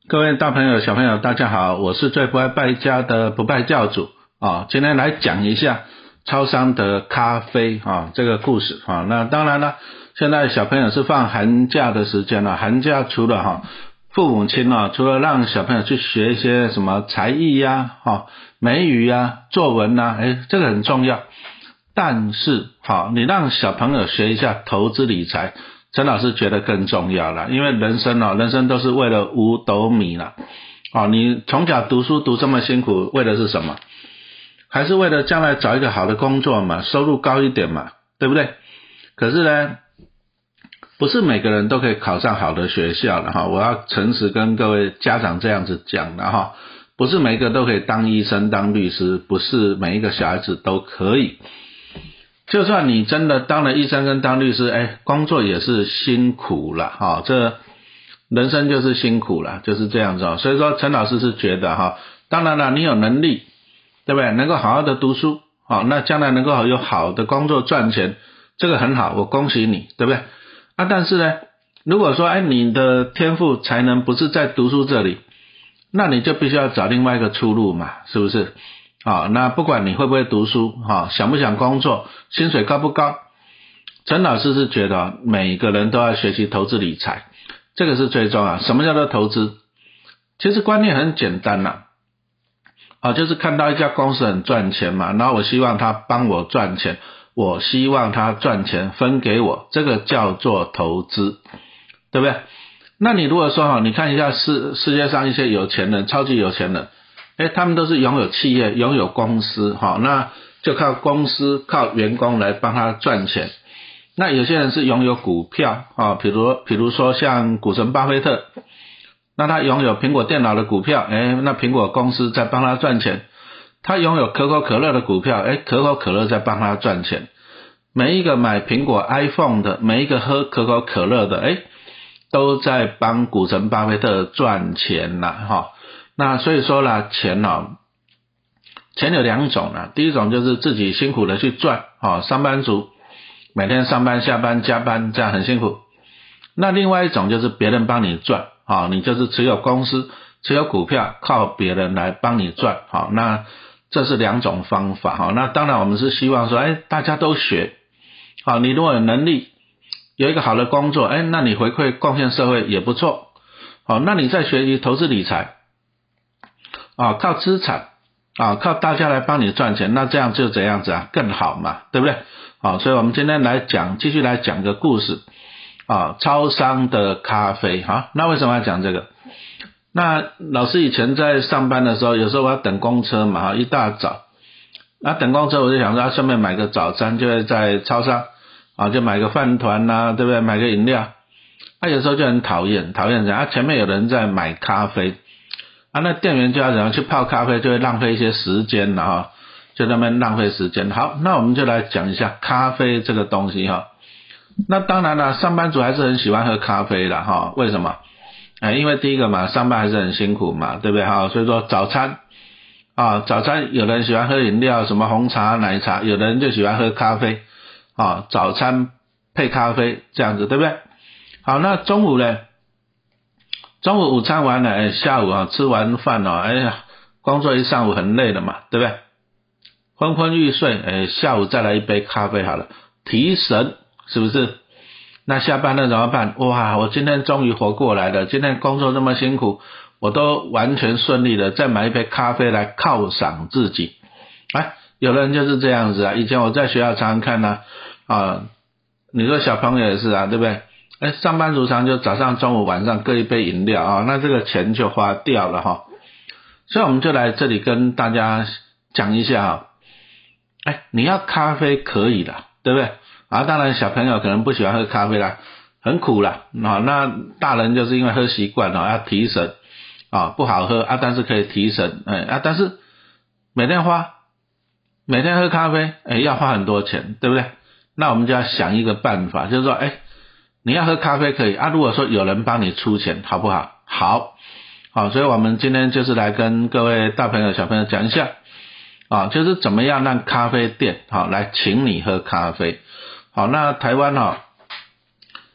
各位大朋友小朋友大家好，我是最不爱败家的不败教主今天来讲一下超商的咖啡这个故事那当然了，现在小朋友是放寒假的时间了，寒假除了父母亲除了让小朋友去学一些什么才艺美语作文这个很重要，但是你让小朋友学一下投资理财，陈老师觉得更重要了，因为人生都是为了五斗米啦你从小读书读这么辛苦，为的是什么？还是为了将来找一个好的工作嘛，收入高一点嘛，对不对？可是呢，不是每个人都可以考上好的学校的我要诚实跟各位家长这样子讲的不是每个都可以当医生当律师，不是每一个小孩子都可以。就算你真的当了医生跟当律师工作也是辛苦啦这人生就是辛苦啦，就是这样子所以说陈老师是觉得当然了，你有能力对不对，能够好好的读书那将来能够有好的工作赚钱，这个很好，我恭喜你，对不对但是呢，如果说你的天赋才能不是在读书这里，那你就必须要找另外一个出路嘛，是不是那不管你会不会读书想不想工作，薪水高不高，陈老师是觉得每个人都要学习投资理财，这个是最重要。什么叫做投资？其实观念很简单啦就是看到一家公司很赚钱嘛，然后我希望他帮我赚钱，我希望他赚钱分给我，这个叫做投资，对不对？那你如果说你看一下世界上一些有钱人，超级有钱人他们都是拥有企业拥有公司那就靠公司靠员工来帮他赚钱。那有些人是拥有股票比如说像股神巴菲特，那他拥有苹果电脑的股票那苹果公司在帮他赚钱。他拥有可口可乐的股票可口可乐在帮他赚钱。每一个买苹果 iPhone 的，每一个喝可口可乐的都在帮股神巴菲特赚钱啦那所以说啦，钱有两种啦，第一种就是自己辛苦的去赚上班族每天上班下班加班，这样很辛苦。那另外一种就是别人帮你赚你就是持有公司持有股票，靠别人来帮你赚那这是两种方法那当然我们是希望说大家都学你如果有能力有一个好的工作那你回馈贡献社会也不错那你在学习投资理财靠资产靠大家来帮你赚钱，那这样就怎样子更好嘛，对不对所以我们今天继续来讲个故事超商的咖啡那为什么要讲这个？那老师以前在上班的时候，有时候我要等公车嘛一大早那等公车我就想说顺便买个早餐，就会在超商就买个饭团对不对，买个饮料有时候就很讨厌前面有人在买咖啡那店员就要怎样去泡咖啡，就会浪费一些时间就在那边浪费时间。好，那我们就来讲一下咖啡这个东西那当然了，上班族还是很喜欢喝咖啡的为什么？因为第一个嘛，上班还是很辛苦嘛，对不对所以说早餐有人喜欢喝饮料，什么红茶奶茶，有的人就喜欢喝咖啡早餐配咖啡这样子，对不对？好，那中午呢？中午午餐完了下午吃完饭工作一上午很累了嘛，对不对？昏昏欲睡下午再来一杯咖啡好了，提神，是不是？那下班了怎么办？哇，我今天终于活过来了，今天工作那么辛苦，我都完全顺利了，再买一杯咖啡来犒赏自己有人就是这样子以前我在学校常常看你说小朋友也是对不对？上班族常就早上中午晚上各一杯饮料那这个钱就花掉了所以我们就来这里跟大家讲一下你要咖啡可以的，对不对当然小朋友可能不喜欢喝咖啡啦，很苦啦那大人就是因为喝习惯要提神不好喝但是可以提神但是每天喝咖啡要花很多钱，对不对？那我们就要想一个办法，就是说你要喝咖啡可以如果说有人帮你出钱好不好？好，所以我们今天就是来跟各位大朋友小朋友讲一下就是怎么样让咖啡店来请你喝咖啡。好，那台湾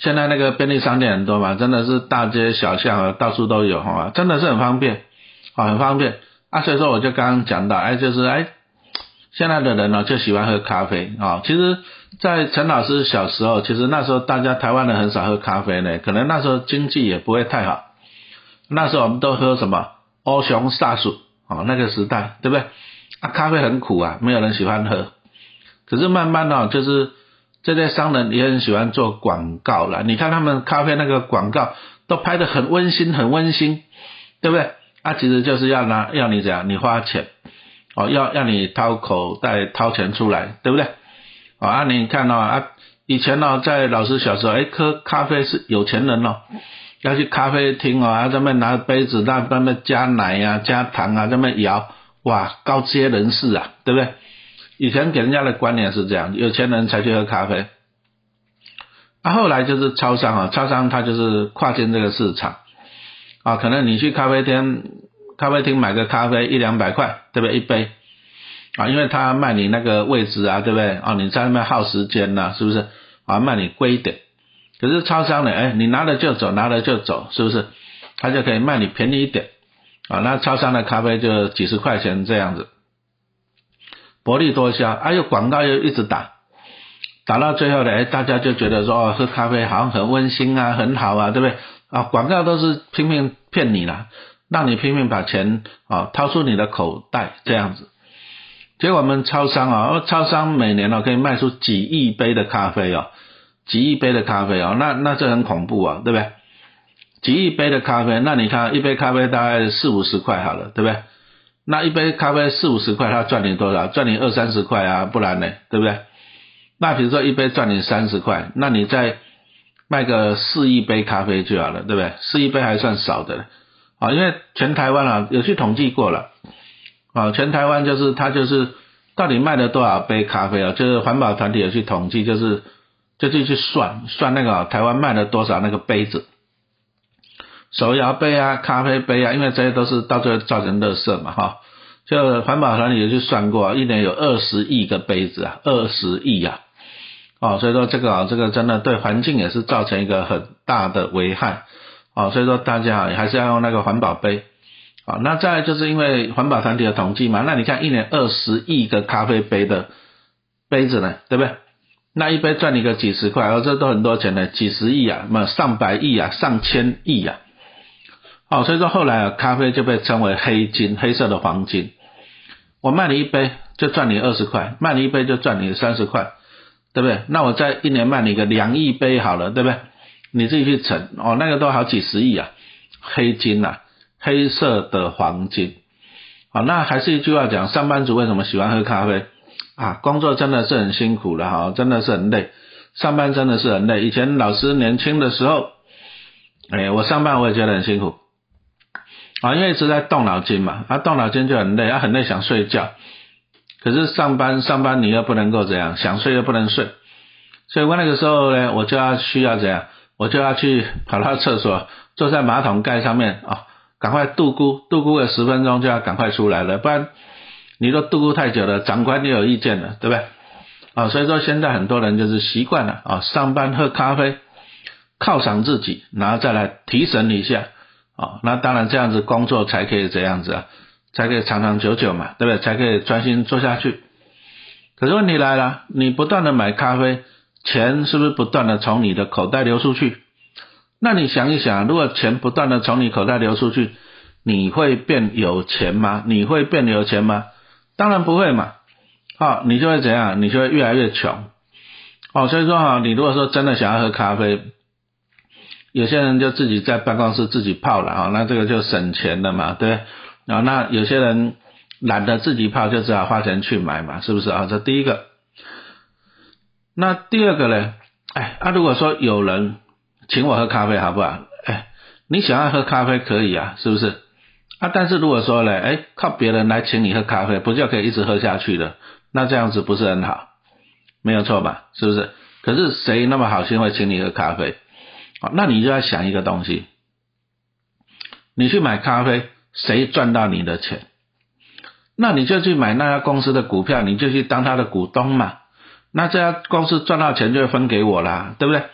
现在那个便利商店很多嘛，真的是大街小巷啊，到处都有真的是很方便很方便所以说我就刚刚讲到就是现在的人就喜欢喝咖啡其实在陈老师小时候，其实那时候大家台湾人很少喝咖啡呢，可能那时候经济也不会太好，那时候我们都喝什么欧熊萨鼠那个时代，对不对咖啡很苦没有人喜欢喝。可是慢慢就是这些商人也很喜欢做广告啦，你看他们咖啡那个广告都拍得很温馨很温馨，对不对其实就是要你怎样，你花钱要你掏口袋掏钱出来，对不对你看以前在老师小时候喝咖啡是有钱人要去咖啡厅在那边拿杯子在那边加奶加糖在那边摇，哇，高阶人士对不对？以前给人家的观念是这样，有钱人才去喝咖啡后来就是超商超商它就是跨进这个市场可能你去咖啡厅买个咖啡100-200块，对不对？一杯因为他卖你那个位置对不对你在那边耗时间是不是卖你贵一点。可是超商呢你拿了就走拿了就走，是不是他就可以卖你便宜一点那超商的咖啡就几十块钱这样子，薄利多销又广告又一直打到最后呢大家就觉得说喝咖啡好像很温馨很好对不对广告都是拼命骗你啦，让你拼命把钱掏出你的口袋这样子。结果我们超商超商每年可以卖出几亿杯的咖啡几亿杯的咖啡那这很恐怖对不对？几亿杯的咖啡，那你看一杯咖啡大概40-50块好了，对不对？那一杯咖啡40-50块，他赚你多少？赚你20-30块不然呢，对不对？那比如说一杯赚你30块，那你再卖个4亿杯咖啡就好了，对不对？4亿杯还算少的因为全台湾有去统计过了全台湾就是到底卖了多少杯咖啡就是环保团体有去统计，就去算那个台湾卖了多少那个杯子，手摇杯咖啡杯因为这些都是到最后造成垃圾嘛就环保团体也去算过一年有20亿个杯子20亿所以说这个真的对环境也是造成一个很大的危害所以说大家还是要用那个环保杯那再来就是因为环保团体的统计嘛，那你看一年20亿个咖啡杯的杯子呢，对不对？那一杯赚你个几十块这都很多钱呢，几十亿上百亿上千亿所以说后来咖啡就被称为黑金，黑色的黄金。我卖你一杯就赚你20块，卖你一杯就赚你30块，对不对？那我再一年卖你个2亿杯好了，对不对？你自己去乘那个都好几十亿黑金黑色的黄金那还是一句话讲，上班族为什么喜欢喝咖啡工作真的是很辛苦的真的是很累，上班真的是很累。以前老师年轻的时候我上班我也觉得很辛苦因为一直在动脑筋嘛动脑筋就很累很累想睡觉。可是上班你又不能够这样，想睡又不能睡，所以我那个时候呢我就需要怎样，我就要去跑到厕所，坐在马桶盖上面赶快度估个10分钟就要赶快出来了，不然你都度估太久了，长官就有意见了，对不对所以说现在很多人就是习惯了上班喝咖啡犒赏自己，然后再来提神一下那当然这样子工作才可以这样子才可以长长久久嘛，对不对？才可以专心做下去。可是问题来了，你不断的买咖啡，钱是不是不断的从你的口袋流出去？那你想一想，如果钱不断的从你口袋流出去，你会变有钱吗？你会变有钱吗？当然不会嘛你就会怎样？你就会越来越穷所以说你如果说真的想要喝咖啡，有些人就自己在办公室自己泡了那这个就省钱了嘛，对不对那有些人懒得自己泡，就只好花钱去买嘛，是不是这第一个。那第二个呢如果说有人请我喝咖啡好不好？你想要喝咖啡可以是不是但是如果说呢靠别人来请你喝咖啡，不就可以一直喝下去了？那这样子不是很好？没有错吧，是不是？可是谁那么好心会请你喝咖啡那你就要想一个东西，你去买咖啡，谁赚到你的钱？那你就去买那家公司的股票，你就去当他的股东嘛，那这家公司赚到钱就会分给我啦，对不对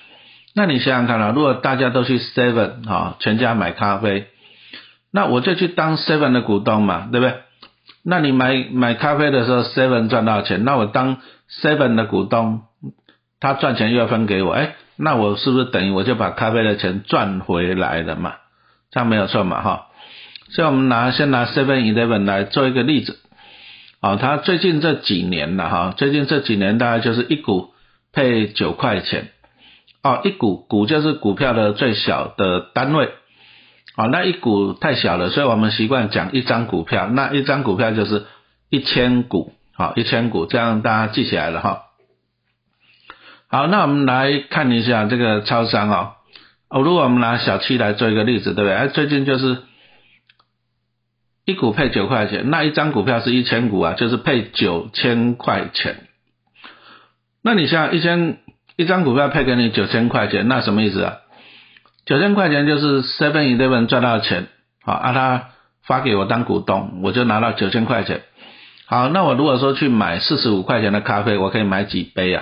那你想想看啊，如果大家都去 Seven 啊，全家买咖啡，那我就去当 Seven 的股东嘛，对不对？那你买咖啡的时候 Seven 赚到钱，那我当 Seven 的股东，他赚钱又要分给我，那我是不是等于我就把咖啡的钱赚回来了嘛？这样没有错嘛哈。所以我们先拿 7-Eleven 来做一个例子。它最近这几年了哈，最近这几年大概就是一股配9块钱。一股就是股票的最小的单位。那一股太小了，所以我们习惯讲一张股票，那一张股票就是1000股，1000股，这样大家记起来了哈。好，那我们来看一下这个超商如果我们拿小七来做一个例子，对不对？最近就是一股配9块钱，那一张股票是1000股就是配9000块钱。那你想一张股票配给你9000块钱，那什么意思？9000块钱就是 7-Eleven 赚到钱，他发给我当股东，我就拿到9000块钱。好，那我如果说去买45块钱的咖啡，我可以买几杯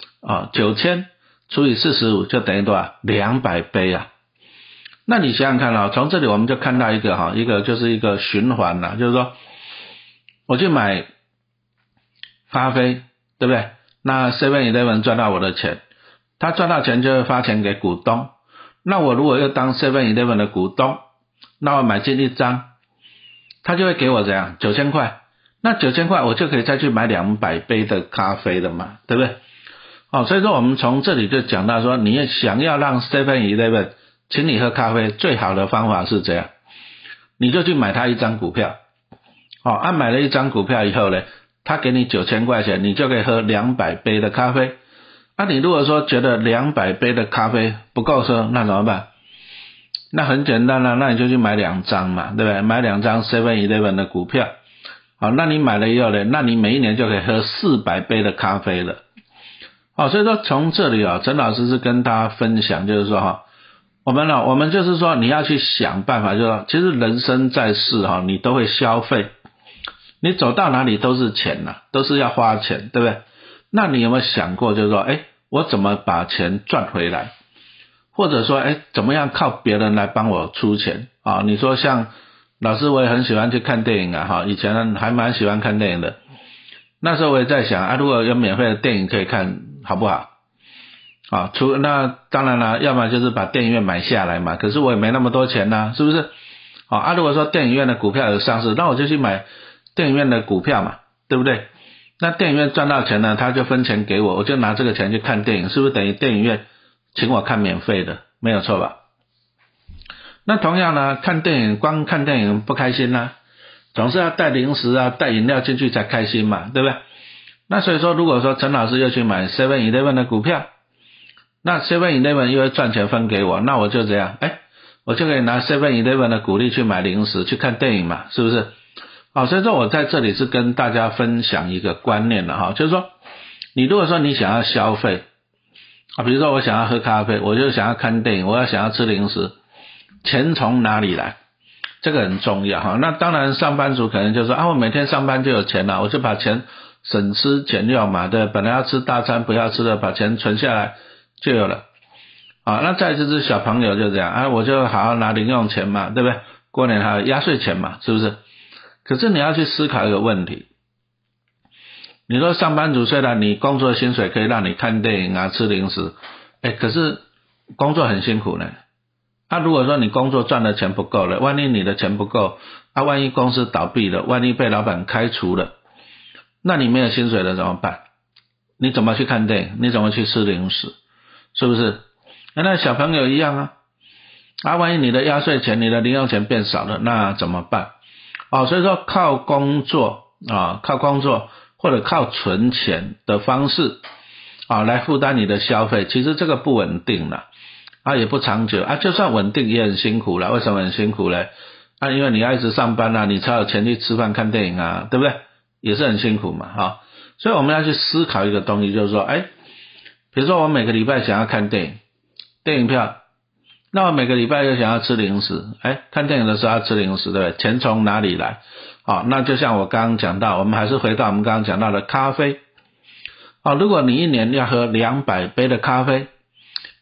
？9000除以45就等于多少？200杯那你想想看从这里我们就看到一个就是一个循环就是说我去买咖啡，对不对？那 7-Eleven 赚到我的钱，他赚到钱就会发钱给股东。那我如果又当 7-Eleven 的股东，那我买进一张，他就会给我怎样？9000块。那9000块我就可以再去买200杯的咖啡了嘛，对不对？所以说我们从这里就讲到说，你想要让 7-Eleven 请你喝咖啡，最好的方法是这样，你就去买他一张股票。买了一张股票以后呢，他给你9000块钱，你就可以喝200杯的咖啡。你如果说觉得200杯的咖啡不够喝，那怎么办？那很简单那你就去买2张嘛，对不对？买2张 7-Eleven 的股票。好，那你买了以后呢，那你每一年就可以喝400杯的咖啡了。所以说从这里陈老师是跟大家分享，就是说我们就是说你要去想办法，就是说其实人生在世你都会消费，你走到哪里都是钱都是要花钱，对不对？那你有没有想过就是说我怎么把钱赚回来，或者说怎么样靠别人来帮我出钱你说像老师我也很喜欢去看电影以前还蛮喜欢看电影的，那时候我也在想如果有免费的电影可以看好不好那当然了，要么就是把电影院买下来嘛，可是我也没那么多钱是不是如果说电影院的股票有上市，那我就去买电影院的股票嘛，对不对？那电影院赚到钱呢，他就分钱给我，我就拿这个钱去看电影，是不是等于电影院请我看免费的？没有错吧？那同样呢，看电影光看电影不开心总是要带零食带饮料进去才开心嘛，对不对？那所以说如果说陈老师又去买 7-Eleven 的股票，那 7-Eleven 又会赚钱分给我，那我就这样我就可以拿 7-Eleven 的股利去买零食去看电影嘛，是不是？所以说我在这里是跟大家分享一个观念就是说你如果说你想要消费比如说我想要喝咖啡，我就想要看电影，我想要吃零食，钱从哪里来？这个很重要那当然上班族可能就说我每天上班就有钱我就把钱省吃俭用嘛，对，本来要吃大餐不要吃的，把钱存下来就有了那再就是小朋友就这样我就好好拿零用钱嘛，对不对？过年还有压岁钱嘛，是不是？可是你要去思考一个问题，你说上班族虽然你工作薪水可以让你看电影吃零食可是工作很辛苦呢如果说你工作赚的钱不够了，万一你的钱不够万一公司倒闭了，万一被老板开除了，那你没有薪水了怎么办？你怎么去看电影？你怎么去吃零食？是不是？那小朋友一样万一你的压岁钱你的零用钱变少了，那怎么办？所以说靠工作或者靠存钱的方式来负担你的消费，其实这个不稳定了也不长久就算稳定也很辛苦了。为什么很辛苦呢？因为你要一直上班你才有钱去吃饭看电影对不对？也是很辛苦嘛所以我们要去思考一个东西，就是说比如说我每个礼拜想要看电影票，那我每个礼拜又想要吃零食看电影的时候要吃零食，对不对？钱从哪里来？那就像我刚刚讲到，我们还是回到我们刚刚讲到的咖啡如果你一年要喝200杯的咖啡，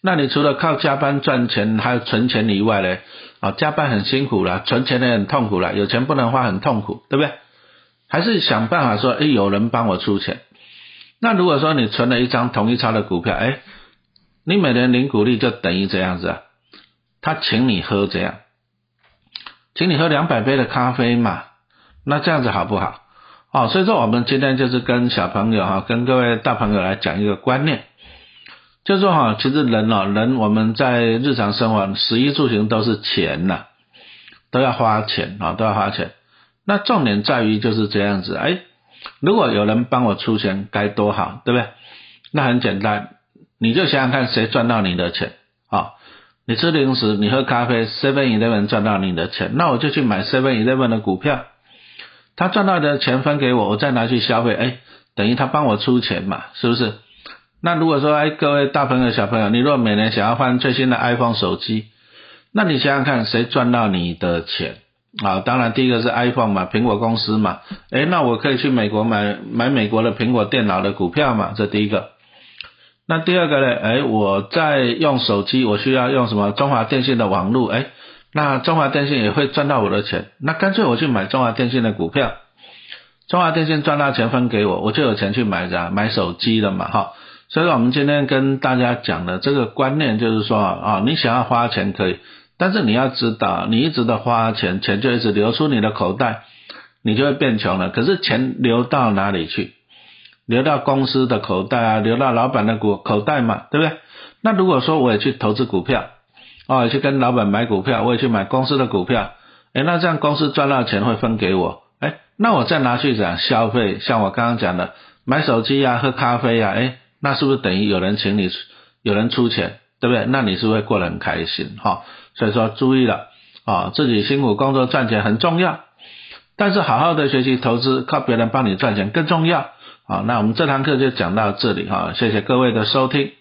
那你除了靠加班赚钱还有存钱以外呢，加班很辛苦啦，存钱也很痛苦啦，有钱不能花很痛苦，对不对？还是想办法说有人帮我出钱。那如果说你存了一张同一超的股票，你每年领股利就等于这样子他请你喝这样，请你喝200杯的咖啡嘛，那这样子好不好？所以说我们今天就是跟小朋友跟各位大朋友来讲一个观念，就是说其实人我们在日常生活食衣住行都是钱呐，都要花钱都要花钱。那重点在于就是这样子，如果有人帮我出钱该多好，对不对？那很简单，你就想想看谁赚到你的钱你吃零食你喝咖啡 7-Eleven 赚到你的钱，那我就去买 7-Eleven 的股票，他赚到的钱分给我，我再拿去消费，等于他帮我出钱嘛，是不是？那如果说各位大朋友小朋友，你如果每年想要换最新的 iPhone 手机，那你想想看谁赚到你的钱当然第一个是 iPhone 嘛，苹果公司嘛，那我可以去美国买美国的苹果电脑的股票嘛，这第一个。那第二个呢，我在用手机，我需要用什么中华电信的网络，那中华电信也会赚到我的钱，那干脆我去买中华电信的股票，中华电信赚到钱分给我，我就有钱去买手机了嘛所以我们今天跟大家讲的这个观念就是说你想要花钱可以，但是你要知道你一直的花钱，钱就一直流出你的口袋，你就会变穷了。可是钱流到哪里去？流到公司的口袋流到老板的口袋嘛，对不对？那如果说我也去投资股票也去跟老板买股票，我也去买公司的股票，那这样公司赚到钱会分给我，那我再拿去消费，像我刚刚讲的买手机喝咖啡那是不是等于有人请你，有人出钱，对不对？那你是不是会过得很开心所以说注意了自己辛苦工作赚钱很重要，但是好好的学习投资，靠别人帮你赚钱更重要。那我们这堂课就讲到这里谢谢各位的收听。